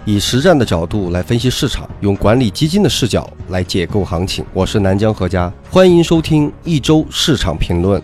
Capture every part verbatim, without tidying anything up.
以实战的角度来分析市场，用管理基金的视角来解构行情。我是南江何家，欢迎收听一周市场评论。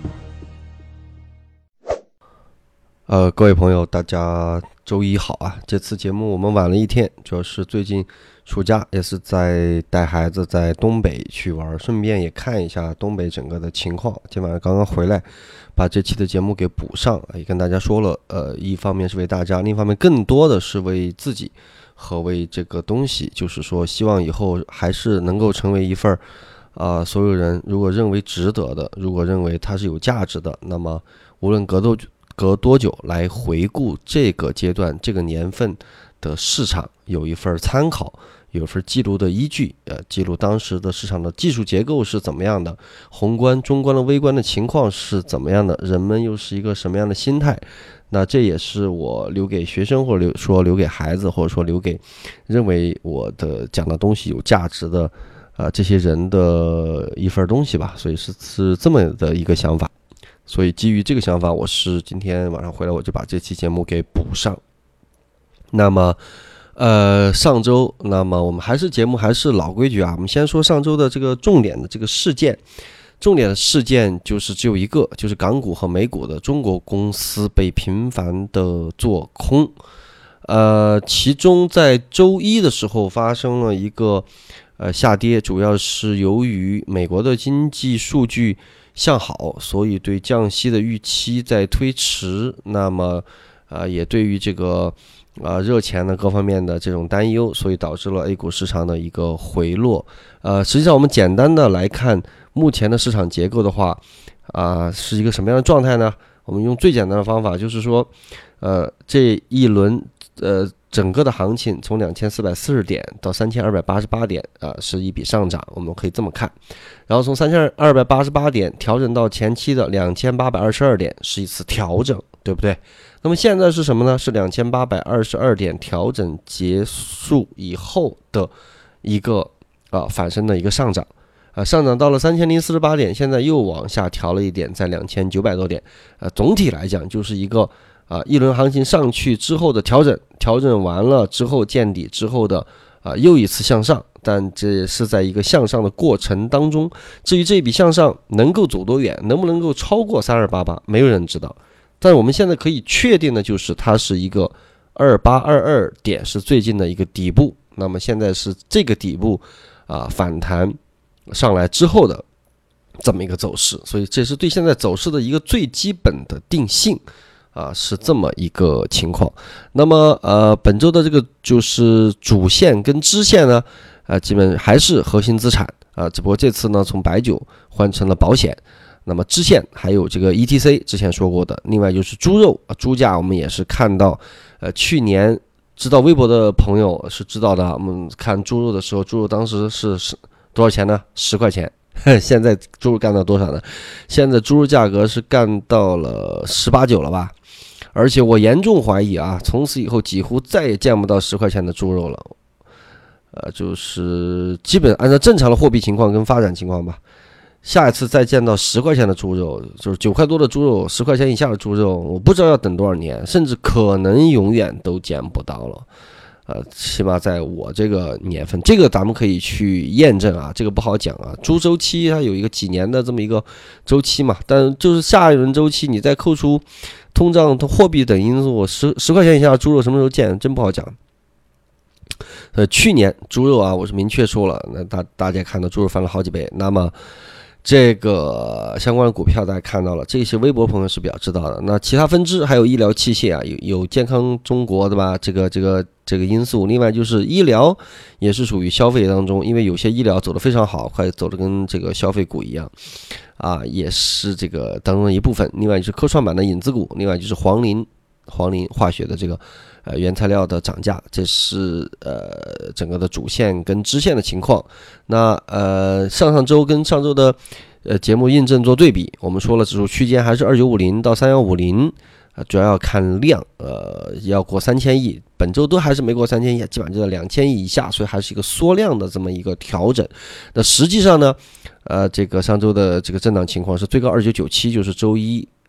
呃，各位朋友，大家周一好啊！这次节目我们晚了一天，主要是最近暑假也是在带孩子在东北去玩，顺便也看一下东北整个的情况。今晚上刚刚回来，把这期的节目给补上，也跟大家说了，呃，一方面是为大家，另一方面更多的是为自己和为这个东西，就是说希望以后还是能够成为一份啊、呃，所有人如果认为值得的，如果认为它是有价值的，那么无论隔多隔多久来回顾这个阶段这个年份的市场，有一份参考，有一份记录的依据，呃，记录当时的市场的技术结构是怎么样的，宏观中观的微观的情况是怎么样的，人们又是一个什么样的心态。那这也是我留给学生，或者留说留给孩子，或者说留给认为我的讲的东西有价值的呃这些人的一份东西吧。所以是是这么的一个想法。所以基于这个想法，我是今天晚上回来我就把这期节目给补上。那么呃上周，那么我们还是节目还是老规矩啊，我们先说上周的这个重点的这个事件。重点的事件就是只有一个，就是港股和美股的中国公司被频繁的做空。呃，其中在周一的时候发生了一个呃下跌，主要是由于美国的经济数据向好，所以对降息的预期在推迟，那么呃也对于这个啊、呃，热钱的各方面的这种担忧，所以导致了 A 股市场的一个回落。呃，实际上我们简单的来看目前的市场结构的话，啊、呃，是一个什么样的状态呢？我们用最简单的方法，就是说，呃，这一轮呃整个的行情从两千四百四十点到三千二百八十八点啊、呃，是一笔上涨，我们可以这么看。然后从三千二百八十八点调整到前期的两千八百二十二点，是一次调整，对不对？那么现在是什么呢？是两千八百二十二点调整结束以后的一个啊、呃、反身的一个上涨啊、呃，上涨到了三千零四十八点，现在又往下调了一点，在两千九百多点。呃，总体来讲就是一个啊、呃、一轮行情上去之后的调整，调整完了之后见底之后的啊、呃、又一次向上，但这也是在一个向上的过程当中。至于这笔向上能够走多远，能不能够超过三二八八，没有人知道。但我们现在可以确定的就是它是一个二八二二点是最近的一个底部，那么现在是这个底部啊反弹上来之后的这么一个走势，所以这是对现在走势的一个最基本的定性啊，是这么一个情况。那么呃本周的这个就是主线跟支线呢，啊基本还是核心资产啊，只不过这次呢从白酒换成了保险。那么支线还有这个 E T C 之前说过的，另外就是猪肉啊，猪价我们也是看到，呃，去年知道微博的朋友是知道的，我们看猪肉的时候，猪肉当时是是多少钱呢？十块钱，现在猪肉干到多少呢？现在猪肉价格是干到了十八九了吧？而且我严重怀疑啊，从此以后几乎再也见不到十块钱的猪肉了，呃，就是基本按照正常的货币情况跟发展情况吧。下一次再见到十块钱的猪肉，就是九块多的猪肉，十块钱以下的猪肉，我不知道要等多少年，甚至可能永远都见不到了。呃，起码在我这个年份，这个咱们可以去验证啊，这个不好讲啊。猪周期它有一个几年的这么一个周期嘛，但就是下一轮周期，你再扣除通胀、货币等因素，十十块钱以下的猪肉什么时候见，真不好讲。呃，去年猪肉啊，我是明确说了，那大大家看到猪肉翻了好几倍，那么。这个相关的股票大家看到了，这些微博朋友是比较知道的。那其他分支还有医疗器械啊，有有健康中国对吧？这个这个这个因素。另外就是医疗也是属于消费当中，因为有些医疗走得非常好，快走得跟这个消费股一样啊，也是这个当中的一部分。另外就是科创板的影子股，另外就是黄磷黄磷化学的这个呃原材料的涨价，这是呃整个的主线跟支线的情况。那呃上上周跟上周的呃节目印证做对比，我们说了指数区间还是二九五零到三幺五零，呃主要要看量，呃要过三千亿，本周都还是没过三千亿，基本上就在两千亿以下，所以还是一个缩量的这么一个调整。那实际上呢，呃这个上周的这个震荡情况是最高二九九七，就是周一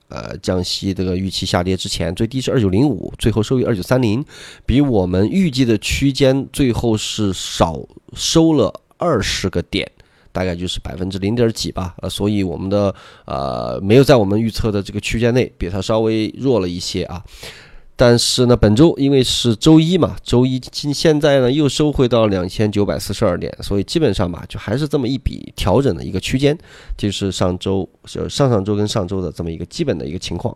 呃降息这个预期下跌之前，最低是二九零五，最后收于二九三零，比我们预计的区间最后是少收了二十个点，大概就是百分之零点几吧。呃，所以我们的呃没有在我们预测的这个区间内，比它稍微弱了一些啊。但是呢，本周因为是周一嘛，周一现在呢又收回到两千九百四十二点，所以基本上吧，就还是这么一笔调整的一个区间，就是上周、上上周跟上周的这么一个基本的一个情况。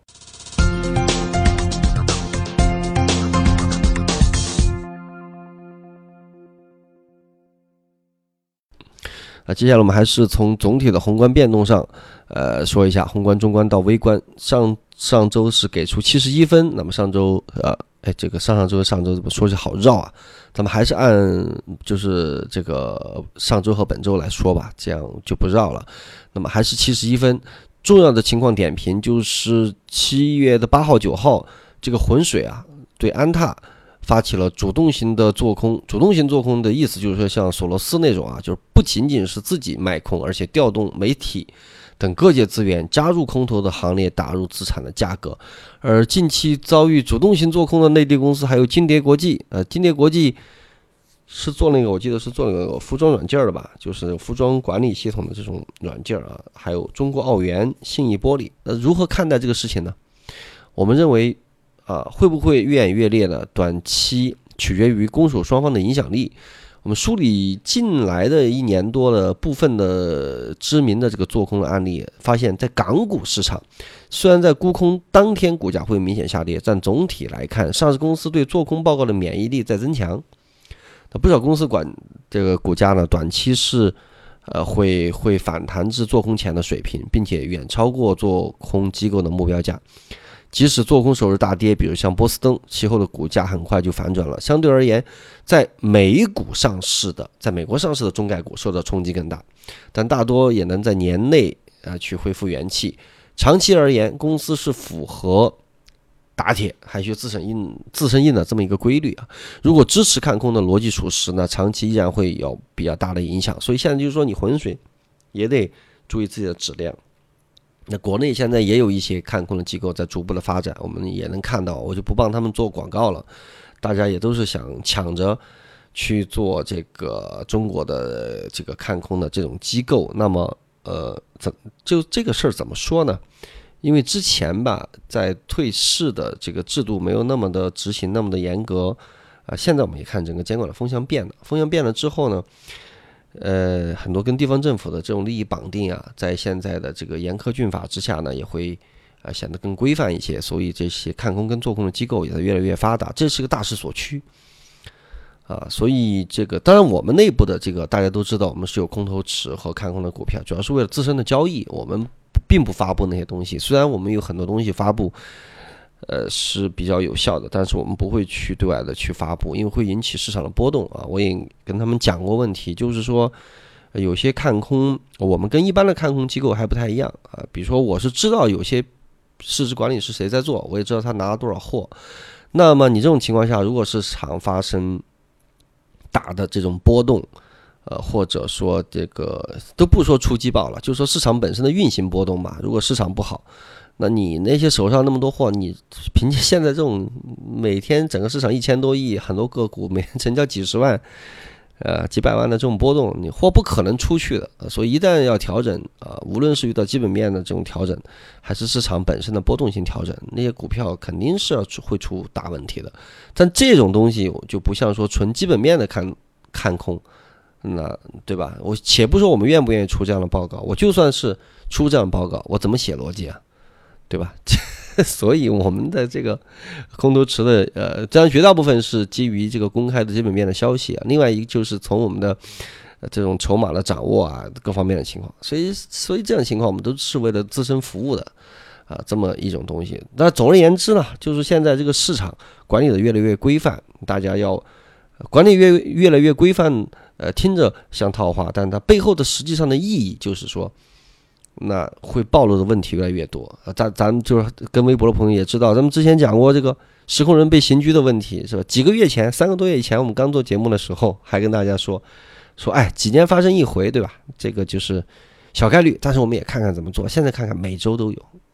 啊，接下来我们还是从总体的宏观变动上，呃，说一下宏观、中观到微观。上上周是给出七十一分，那么上周呃，哎，这个上上周上周怎么说是好绕啊？咱们还是按就是这个上周和本周来说吧，这样就不绕了。那么还是七十一分。重要的情况点评就是七月的八号、九号，这个浑水啊，对安踏发起了主动型的做空。主动型做空的意思就是说，像索罗斯那种啊，就是不仅仅是自己卖空，而且调动媒体等各界资源加入空头的行列，打入资产的价格。而近期遭遇主动型做空的内地公司还有金蝶国际，呃，金蝶国际是做那个，我记得是做那个服装软件的吧，就是服装管理系统的这种软件啊，还有中国奥元、信义玻璃。那如何看待这个事情呢？我们认为啊，会不会越演越烈呢？短期取决于攻守双方的影响力。我们梳理近来的一年多的部分的知名的这个做空的案例，发现，在港股市场，虽然在沽空当天股价会明显下跌，但总体来看，上市公司对做空报告的免疫力在增强。那不少公司管这个股价呢，短期是呃会会反弹至做空前的水平，并且远超过做空机构的目标价。即使做空首日大跌，比如像波司登，其后的股价很快就反转了。相对而言，在美股上市的，在美国上市的中概股受到冲击更大，但大多也能在年内呃去恢复元气。长期而言，公司是符合打铁还需自身硬自身硬的这么一个规律啊。如果支持看空的逻辑属实呢，长期依然会有比较大的影响。所以现在就是说，你浑水也得注意自己的质量。那国内现在也有一些看空的机构在逐步的发展，我们也能看到，我就不帮他们做广告了。大家也都是想抢着去做这个中国的这个看空的这种机构。那么，呃，怎就这个事儿怎么说呢？因为之前吧，在退市的这个制度没有那么的执行那么的严格啊、呃，现在我们也看整个监管的风向变了，风向变了之后呢？呃，很多跟地方政府的这种利益绑定啊，在现在的这个严苛峻法之下呢，也会啊、呃、显得更规范一些。所以这些看空跟做空的机构也在越来越发达，这是个大势所趋啊。所以这个当然我们内部的这个大家都知道，我们是有空头池和看空的股票，主要是为了自身的交易，我们并不发布那些东西。虽然我们有很多东西发布。呃，是比较有效的，但是我们不会去对外的去发布，因为会引起市场的波动啊。我也跟他们讲过问题，就是说，有些看空，我们跟一般的看空机构还不太一样啊。比如说，我是知道有些市值管理是谁在做，我也知道他拿了多少货。那么你这种情况下，如果市场发生大的这种波动，呃，或者说这个都不说出季报了，就说市场本身的运行波动吧。如果市场不好，那你那些手上那么多货，你凭借现在这种每天整个市场一千多亿，很多个股每天成交几十万、呃几百万的这种波动，你货不可能出去的。所以一旦要调整啊、呃，无论是遇到基本面的这种调整，还是市场本身的波动性调整，那些股票肯定是要会出大问题的。但这种东西就不像说纯基本面的看看空，那对吧？我且不说我们愿不愿意出这样的报告，我就算是出这样的报告，我怎么写逻辑啊？对吧？所以我们的这个空头池的呃，这样绝大部分是基于这个公开的基本面的消息啊，另外一个就是从我们的、呃、这种筹码的掌握啊，各方面的情况。所以，所以这样的情况我们都是为了自身服务的啊，这么一种东西。那总而言之呢，就是现在这个市场管理的越来越规范，大家要管理越越来越规范。呃，听着像套话，但它背后的实际上的意义就是说。那会暴露的问题越来越多啊！咱咱们就是跟微博的朋友也知道，咱们之前讲过这个实控人被刑拘的问题，是吧？几个月前，三个多月以前，我们刚做节目的时候，还跟大家说说，哎，几年发生一回，对吧？这个就是小概率，但是我们也看看怎么做。现在看看每周都有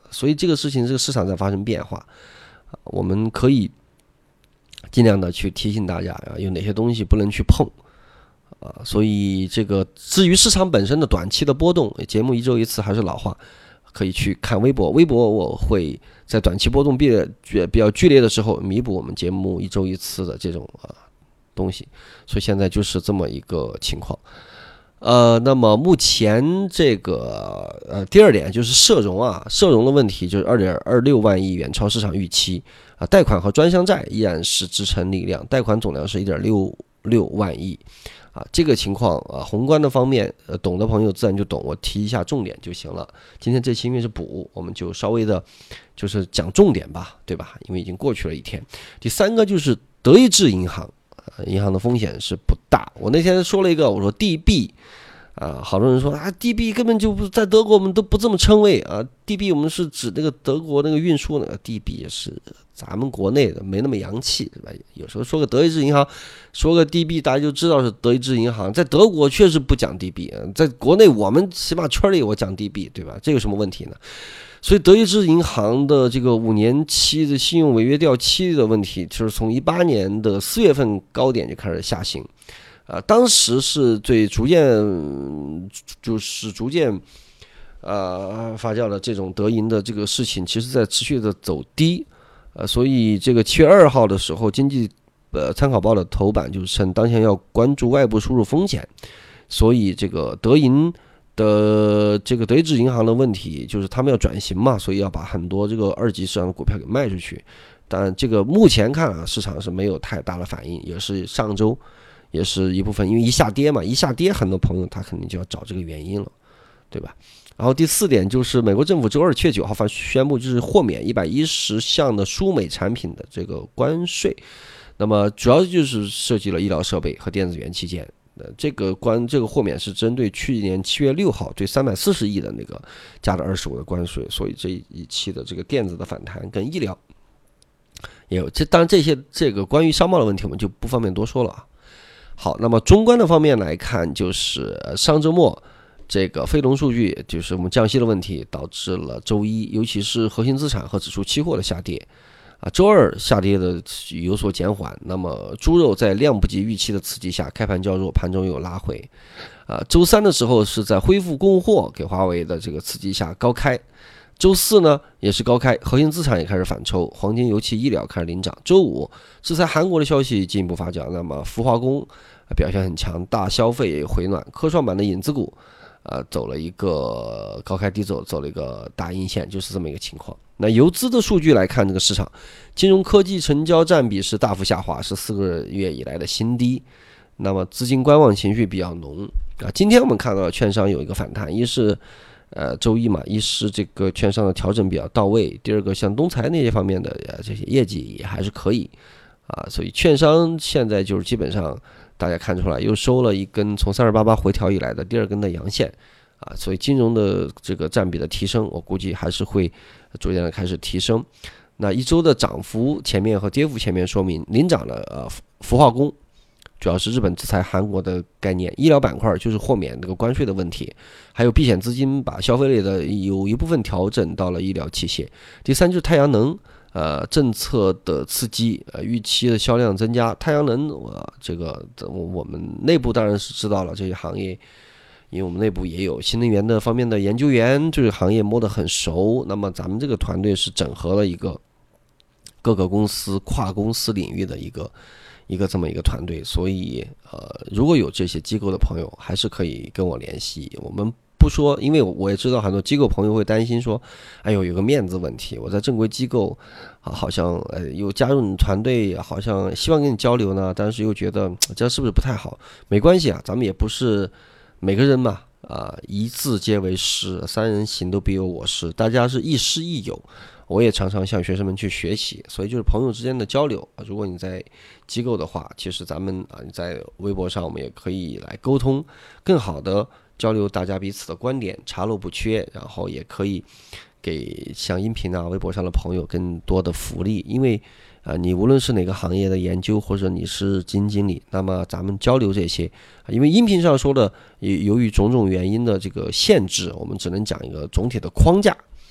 所以这个事情这个市场在发生变化，我们可以尽量的去提醒大家啊，有哪些东西不能去碰啊。所以这个至于市场本身的短期的波动，节目一周一次还是老话，可以去看微博，微博我会在短期波动比比较剧烈的时候弥补我们节目一周一次的这种啊东西，所以现在就是这么一个情况。呃，那么目前这个呃第二点就是社融啊，社融的问题就是二点二六万亿远超市场预期啊，贷款和专项债依然是支撑力量，贷款总量是一点六六万亿啊，这个情况啊，宏观的方面，呃，懂的朋友自然就懂，我提一下重点就行了。今天这期因为是补，我们就稍微的，就是讲重点吧，对吧？因为已经过去了一天。第三个就是德意志银行。银行的风险是不大。我那天说了一个，我说 D B 啊，好多人说啊 ，D B 根本就不在德国，我们都不这么称谓啊。D B 我们是指那个德国那个运输那个 D B 也是咱们国内的，没那么洋气，对吧？有时候说个德意志银行，说个 D B， 大家就知道是德意志银行。在德国确实不讲 D B， 在国内我们起码圈里我讲 D B， 对吧？这有什么问题呢？所以德意志银行的这个五年期的信用违约掉期的问题，就是从一八年的四月份高点就开始下行，啊，当时是最逐渐就是逐渐呃发酵的这种德银的这个事情，其实在持续的走低，呃，所以这个七月二号的时候，经济呃参考报的头版就是称当前要关注外部输入风险，所以这个德银的这个德意志银行的问题就是他们要转型嘛，所以要把很多这个二级市场的股票给卖出去。但这个目前看啊，市场是没有太大的反应，也是上周也是一部分，因为一下跌嘛，一下跌很多朋友他肯定就要找这个原因了，对吧？然后第四点就是美国政府周二七月九号发宣布，就是豁免一百一十项的输美产品的这个关税，那么主要就是涉及了医疗设备和电子元器件。这个关这个豁免是针对去年七月六号对三百四十亿的那个加了二十五的关税，所以这一期的这个电子的反弹跟医疗也有。这当然这些这个关于商贸的问题我们就不方便多说了啊。好，那么中观的方面来看，就是上周末这个非农数据，就是我们降息的问题，导致了周一尤其是核心资产和指数期货的下跌。啊，周二下跌的有所减缓，那么猪肉在量不及预期的刺激下，开盘较弱，盘中又拉回。啊，周三的时候是在恢复供货给华为的这个刺激下高开，周四呢也是高开，核心资产也开始反抽，黄金、油气、医疗开始领涨。周五制裁韩国的消息进一步发酵，那么氟化工表现很强，大消费也有回暖，科创板的引资股呃，走了一个高开低走，走了一个大阴线，就是这么一个情况。那游资的数据来看，这个市场金融科技成交占比是大幅下滑，是四个月以来的新低。那么资金观望情绪比较浓啊。今天我们看到券商有一个反弹，一是呃周一嘛，一是这个券商的调整比较到位，第二个像东财那些方面的呃这些业绩也还是可以啊，所以券商现在就是基本上大家看出来又收了一根从三二八八回调以来的第二根的阳线啊，所以金融的这个占比的提升，我估计还是会逐渐的开始提升。那一周的涨幅前面和跌幅前面说明领涨了呃氟化工，主要是日本制裁韩国的概念，医疗板块就是豁免这个关税的问题，还有避险资金把消费类的有一部分调整到了医疗器械。第三就是太阳能。呃，政策的刺激，呃，预期的销量增加，太阳能，呃，这个我们内部当然是知道了这些行业，因为我们内部也有新能源的方面的研究员，这个行业摸得很熟。那么咱们这个团队是整合了一个各个公司跨公司领域的一个一个这么一个团队，所以呃，如果有这些机构的朋友，还是可以跟我联系，我们。不说，因为我也知道很多机构朋友会担心说，哎呦，有个面子问题，我在正规机构啊，好像呃又加入你团队，好像希望跟你交流呢，但是又觉得这是不是不太好？没关系啊，咱们也不是每个人嘛，啊，一字皆为师，三人行都必有我师，大家是亦师亦友。我也常常向学生们去学习，所以就是朋友之间的交流啊。如果你在机构的话，其实咱们啊，你在微博上我们也可以来沟通，更好的。交流大家彼此的观点，查漏补缺，然后也可以给像音频啊、微博上的朋友更多的福利。因为啊、呃，你无论是哪个行业的研究，或者你是基金经理，那么咱们交流这些，因为音频上说的，由于种种原因的这个限制，我们只能讲一个总体的框架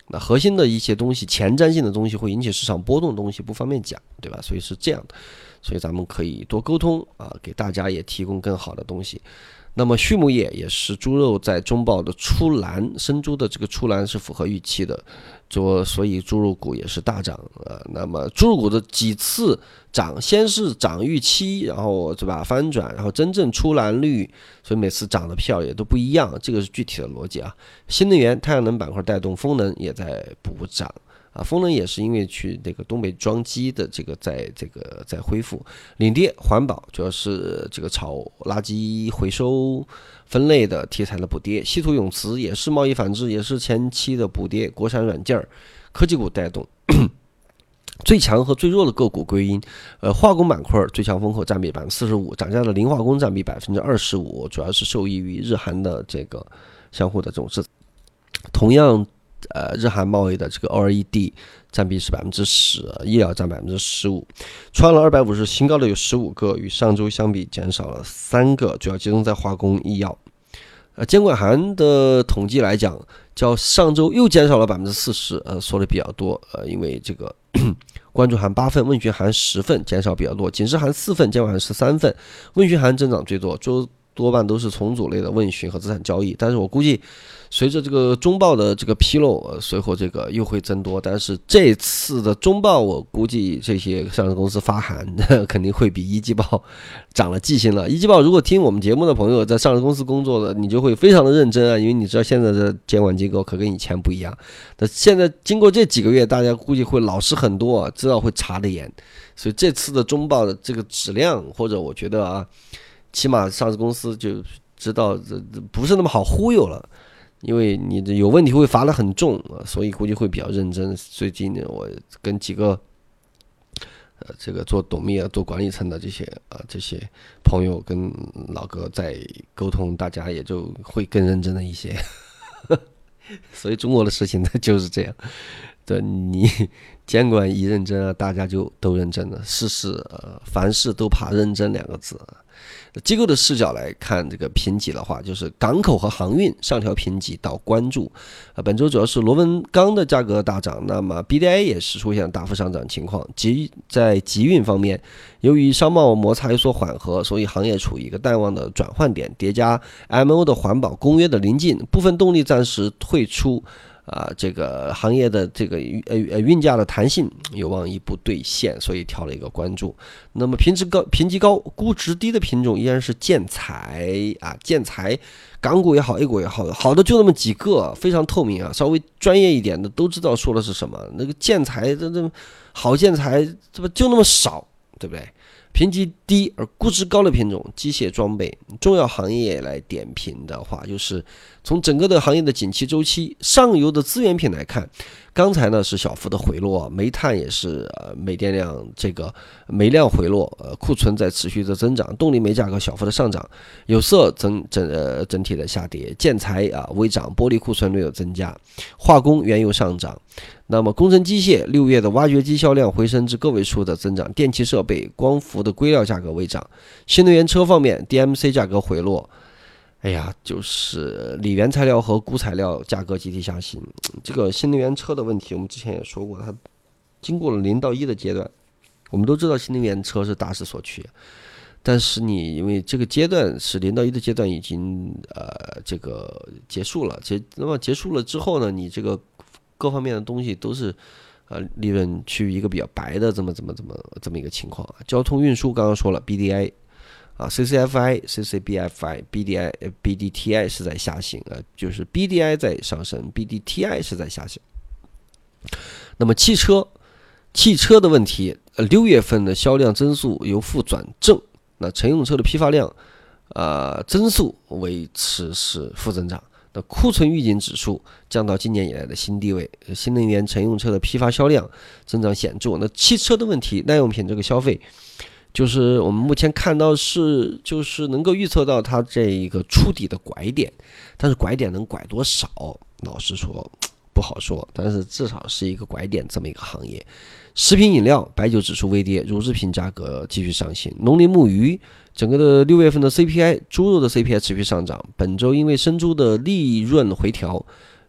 那核心的一些东西，前瞻性的东西会引起市场波动的东西不方便讲，对吧？所以是这样的，所以咱们可以多沟通啊，给大家也提供更好的东西。那么畜牧业也是猪肉在中报的出栏，生猪的这个出栏是符合预期的，就所以猪肉股也是大涨啊。那么猪肉股的几次涨，先是涨预期，然后对吧翻转，然后真正出栏率，所以每次涨的票也都不一样，这个是具体的逻辑啊。新能源、太阳能板块带动风能也在补涨。啊，风能也是因为去这个东北装机的这个在这个在恢复，领跌环保主要是这个炒垃圾回收分类的题材的补跌，稀土永磁也是贸易反制，也是前期的补跌，国产软件科技股带动。最强和最弱的个股归因，呃，化工板块最强风口占比百分之四十五，涨价的磷化工占比百分之二十五，主要是受益于日韩的这个相互的这种制。同样。呃，日韩贸易的这个 O L E D 占比是百分之十，医疗占百分之十五，创了二百五十新高的有十五个，与上周相比减少了三个，主要集中在化工、医药。呃，监管函的统计来讲，较上周又减少了百分之四十，呃，说的比较多，呃，因为这个关注函八份，问询函十份，减少比较多，警示函四份，监管函十三份，问询函增长最多，周多半都是重组类的问询和资产交易，但是我估计。随着这个中报的这个披露，呃，随后这个又会增多。但是这次的中报，我估计这些上市公司发函肯定会比一季报涨了记性了。一季报如果听我们节目的朋友在上市公司工作的，你就会非常的认真啊，因为你知道现在的监管机构可跟以前不一样。那现在经过这几个月，大家估计会老实很多啊，知道会查得严。所以这次的中报的这个质量，或者我觉得啊，起码上市公司就知道这不是那么好忽悠了。因为你的有问题会罚得很重啊，所以估计会比较认真。最近呢，我跟几个呃这个做董秘啊、做管理层的这些啊这些朋友跟老哥在沟通，大家也就会更认真的一些。所以中国的事情呢就是这样，对你监管一认真啊，大家就都认真了。事事呃凡事都怕认真两个字。机构的视角来看这个评级的话，就是港口和航运上调评级到关注。呃，本周主要是螺纹钢的价格大涨，那么 B D I 也是出现大幅上涨情况。集在集运方面，由于商贸摩擦有所缓和，所以行业处于一个淡旺的转换点，叠加 M O 的环保公约的临近，部分动力暂时退出。啊，这个行业的这个呃呃运价的弹性有望一步兑现，所以调了一个关注。那么评值高、评级高、估值低的品种依然是建材啊，建材港股也好 ，A 股也好，好的就那么几个，非常透明啊，稍微专业一点的都知道说的是什么。那个建材这这好建材这不就那么少，对不对？评级低而估值高的品种，机械装备、重要行业来点评的话，就是从整个的行业的景气周期，上游的资源品来看，钢材呢是小幅的回落，煤炭也是呃煤电量这个煤量回落，呃库存在持续的增长，动力煤价格小幅的上涨，有色整整呃整体的下跌，建材啊微涨，玻璃库存略有增加，化工原油上涨。那么工程机械六月的挖掘机销量回升至个位数的增长，电气设备、光伏的硅料价格微涨。新能源车方面 ，D M C 价格回落。哎呀，就是锂原材料和钴材料价格集体下行。这个新能源车的问题，我们之前也说过，它经过了零到一的阶段。我们都知道新能源车是大势所趋，但是你因为这个阶段是零到一的阶段已经呃这个结束了，结那么结束了之后呢，你这个各方面的东西都是呃利润趋于一个比较白的这么这么这么这么一个情况啊。交通运输刚刚说了 B D I 啊 C C F I、C C B F I、B D I、B D T I 是在下行啊，就是 B D I 在上升 ，B D T I 是在下行。那么汽车汽车的问题，呃六月份的销量增速由负转正，那乘用车的批发量呃增速维持是负增长。那库存预警指数降到今年以来的新低位，新能源乘用车的批发销量增长显著。那汽车的问题，耐用品这个消费，就是我们目前看到是就是能够预测到它这一个触底的拐点，但是拐点能拐多少，老实说不好说，但是至少是一个拐点这么一个行业。食品饮料、白酒指数微跌，乳制品价格继续上行。农林牧渔整个的六月份的 C P I， 猪肉的 C P I 持续上涨。本周因为生猪的利润回调，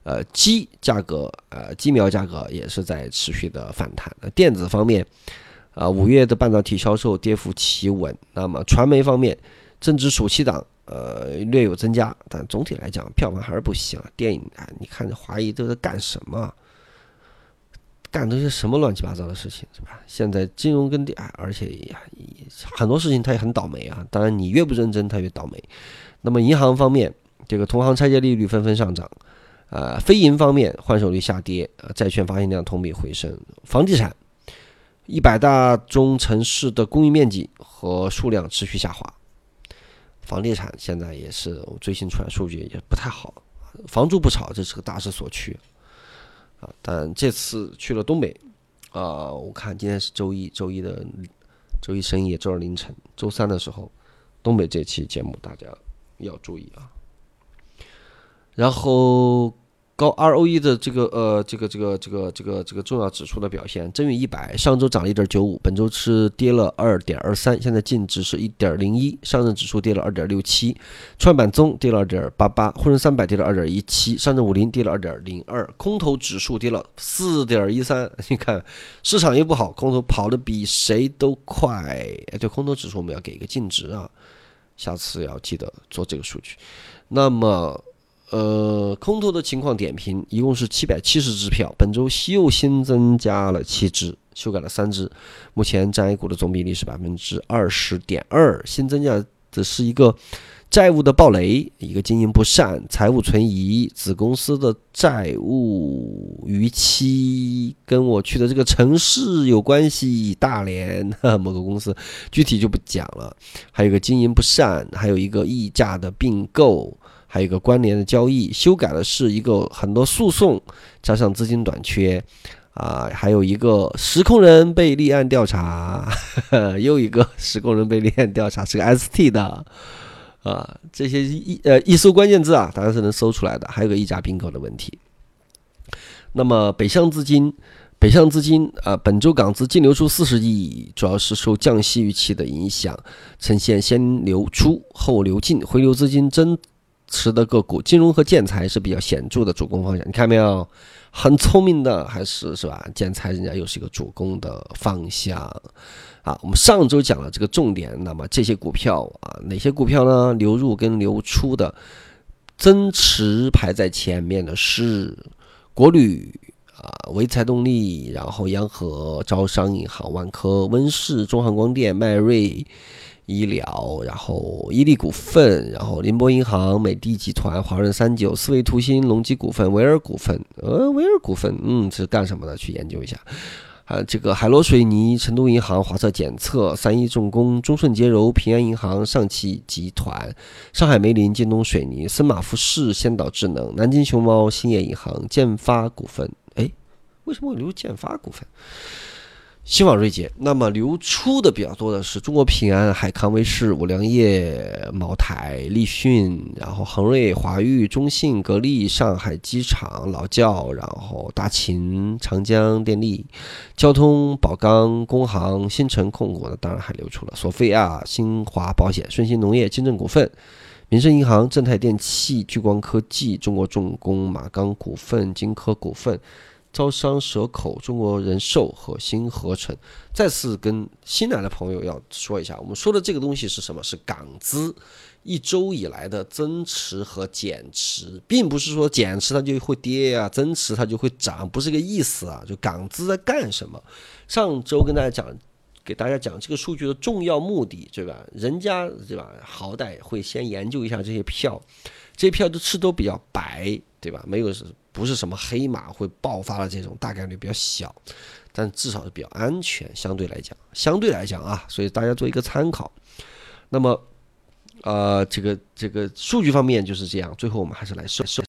呃，鸡价格，呃，鸡苗价格也是在持续的反弹。电子方面，啊，五月的半导体销售跌幅企稳。那么传媒方面，正值暑期档，呃，略有增加，但总体来讲，票房还是不行。电影啊，你看这华谊都在干什么？干这些什么乱七八糟的事情，是吧？现在金融跟电，而且呀，很多事情它也很倒霉啊。当然，你越不认真，它越倒霉。那么银行方面，这个同行拆借利率纷纷上涨。呃，非银方面换手率下跌，呃，债券发行量同比回升。房地产，一百大中城市的供应面积和数量持续下滑。房地产现在也是最新出来数据也不太好，房住不炒，这是个大势所趋啊。但这次去了东北啊，我看今天是周一，周一的周一深夜，周二凌晨，周三的时候，东北这期节目大家要注意啊。然后高 R O E 的这个呃这个这个这个这个这个重要指数的表现，真宇一百上周涨了 一点九五， 本周是跌了 二点二三， 现在净值是 一点零一， 上证指数跌了 二点六七， 创业板综跌了 二点八八， 沪深三百跌了 二点一七， 上证五零跌了 二点零二， 空头指数跌了 四点一三， 你看市场也不好，空头跑得比谁都快。对，空头指数我们要给一个净值啊，下次要记得做这个数据。那么呃，空头的情况点评一共是七百七十只票，本周又新增加了七只，修改了三只，目前占 A 股的总比例是 百分之二十点二， 新增加的是一个债务的暴雷，一个经营不善，财务存疑，子公司的债务逾期跟我去的这个城市有关系，大连某个公司具体就不讲了，还有一个经营不善，还有一个溢价的并购，还有一个关联的交易。修改的是一个很多诉讼加上资金短缺啊，还有一个实控人被立案调查，呵呵又一个实控人被立案调查，是个 S T 的啊，这些一呃一搜关键字啊，当然是能搜出来的。还有个溢价并购的问题。那么北向资金，北向资金啊、呃，本周港资净流出四十亿，主要是受降息预期的影响，呈现先流出后流进，回流资金增持的个股，金融和建材是比较显著的主攻方向。你看没有？很聪明的，还是是吧？建材人家又是一个主攻的方向啊。我们上周讲了这个重点，那么这些股票啊，哪些股票呢？流入跟流出的增持排在前面的是国旅啊、潍柴动力，然后洋河、招商银行、万科、温氏、中航光电、迈瑞医疗，然后伊利股份，然后宁波银行、美的集团、华润三九、思维图新、隆基股份、维尔股份，呃，维尔股份，嗯，这是干什么的？去研究一下。啊，这个海螺水泥、成都银行、华策检测、三一重工、中顺洁柔、平安银行、上汽集团、上海梅林、京东水泥、森马富士、先导智能、南京熊猫、兴业银行、建发股份。哎，为什么会留建发股份？新网瑞捷。那么流出的比较多的是中国平安、海康威视、五粮液、茅台、立讯，然后恒瑞、华裕、中信、格力、上海机场、老窖，然后大秦、长江电力、交通、宝钢、工行、新城控股呢，当然还流出了索菲亚、新华保险、顺鑫农业、金正股份、民生银行、正泰电器、聚光科技、中国重工、马钢股份、金科股份、招商蛇口、中国人寿和新合成。再次跟新来的朋友要说一下，我们说的这个东西是什么？是港资一周以来的增持和减持，并不是说减持它就会跌啊，增持它就会涨，不是个意思啊。就港资在干什么？上周跟大家讲，给大家讲这个数据的重要目的，对吧？人家对吧，好歹会先研究一下这些票，这些票都吃都比较白，对吧？没有是不是什么黑马会爆发的这种，大概率比较小，但至少是比较安全，相对来讲，相对来讲啊，所以大家做一个参考。那么，呃，这个这个数据方面就是这样。最后我们还是来说说。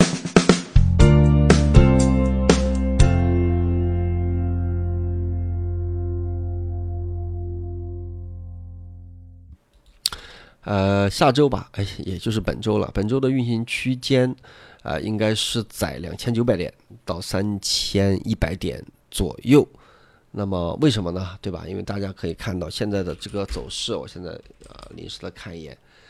呃，下周吧，哎，也就是本周了。本周的运行区间，呃，应该是在两千九百点到三千一百点左右。那么为什么呢？对吧？因为大家可以看到现在的这个走势，我现在呃临时的看一眼，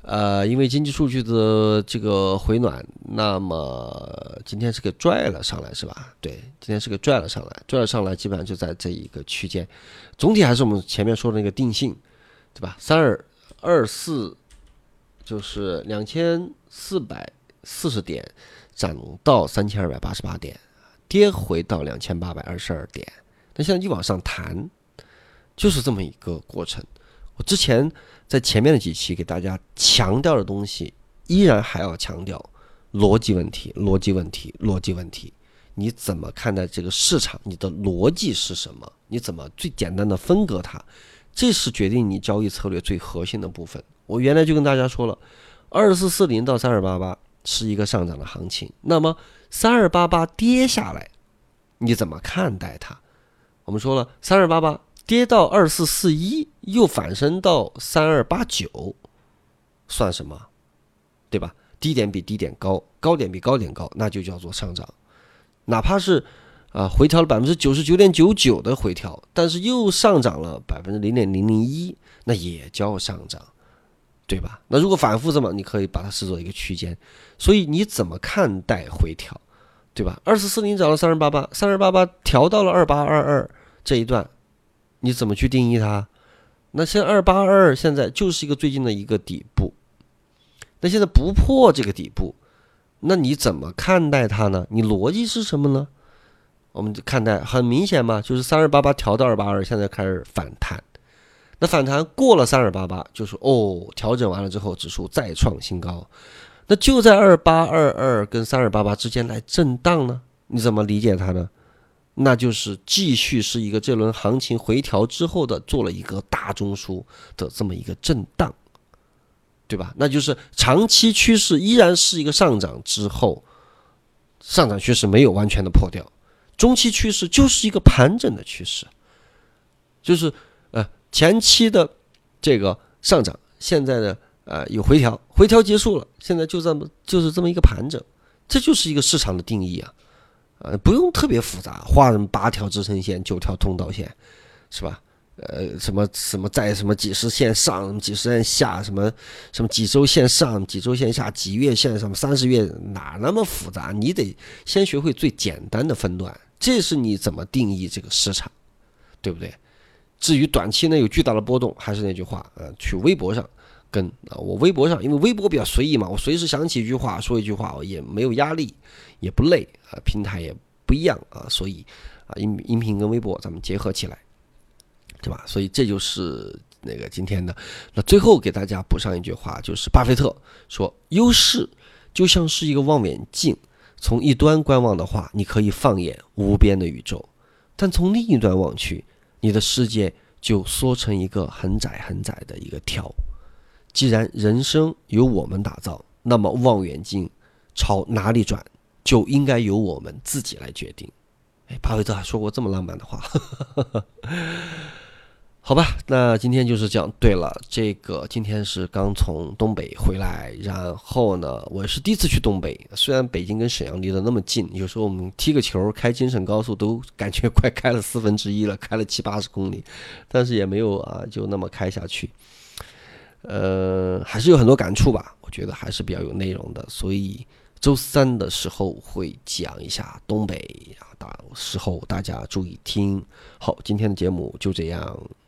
呃，因为经济数据的这个回暖，那么今天是给拽了上来，是吧？对，今天是给拽了上来，拽了上来，基本上就在这一个区间，总体还是我们前面说的那个定性，对吧？三二二四就是两千四百四十点，涨到三千二百八十八点，跌回到两千八百二十二点，那现在一往上弹，就是这么一个过程。我之前在前面的几期给大家强调的东西，依然还要强调逻辑问题，逻辑问题，逻辑问题。你怎么看待这个市场？你的逻辑是什么？你怎么最简单的分割它？这是决定你交易策略最核心的部分。我原来就跟大家说了，二四四零到三二八八是一个上涨的行情，那么三二八八跌下来，你怎么看待它？我们说了，三二八八跌到二四四一，又反升到三二八九，算什么？对吧？低点比低点高，高点比高点高，那就叫做上涨。哪怕是啊回调了百分之九十九点九九的回调，但是又上涨了百分之零点零零一，那也叫上涨，对吧？那如果反复这么，你可以把它视作一个区间。所以你怎么看待回调，对吧？二四四零涨了三二八八，三二八八调到了二八二二这一段。你怎么去定义它？那现在二八二二现在就是一个最近的一个底部，那现在不破这个底部，那你怎么看待它呢？你逻辑是什么呢？我们看待很明显嘛，就是三二八八调到二八二，现在开始反弹。那反弹过了三二八八，就是哦，调整完了之后，指数再创新高。那就在二八二二跟三二八八之间来震荡呢？你怎么理解它呢？那就是继续是一个这轮行情回调之后的做了一个大中枢的这么一个震荡，对吧？那就是长期趋势依然是一个上涨之后，上涨趋势没有完全的破掉，中期趋势就是一个盘整的趋势，就是呃前期的这个上涨，现在的呃有回调，回调结束了，现在就这么就是这么一个盘整，这就是一个市场的定义啊。呃，不用特别复杂，画什么八条支撑线、九条通道线，是吧？呃，什么什么在什么几十线上、几十线下，什么什么几周线上、几周线下、几月线上、三十月，哪那么复杂？你得先学会最简单的分段，这是你怎么定义这个市场，对不对？至于短期呢有巨大的波动，还是那句话，呃，去微博上跟啊，我微博上，因为微博比较随意嘛，我随时想起一句话说一句话，我也没有压力，也不累啊，平台也不一样啊，所以啊，音音频跟微博咱们结合起来，对吧？所以这就是那个今天的。那最后给大家补上一句话，就是巴菲特说，优势就像是一个望远镜，从一端观望的话，你可以放眼无边的宇宙，但从另一端望去，你的世界就缩成一个很窄很窄的一个条。既然人生由我们打造，那么望远镜朝哪里转，就应该由我们自己来决定。哎，巴菲特还说过这么浪漫的话，好吧，那今天就是这样。对了，这个今天是刚从东北回来，然后呢，我是第一次去东北。虽然北京跟沈阳离得那么近，有时候我们踢个球开京沈高速都感觉快开了四分之一了，开了七八十公里，但是也没有啊，就那么开下去。呃，还是有很多感触吧，我觉得还是比较有内容的，所以周三的时候会讲一下东北啊，到时候大家注意听。好，今天的节目就这样。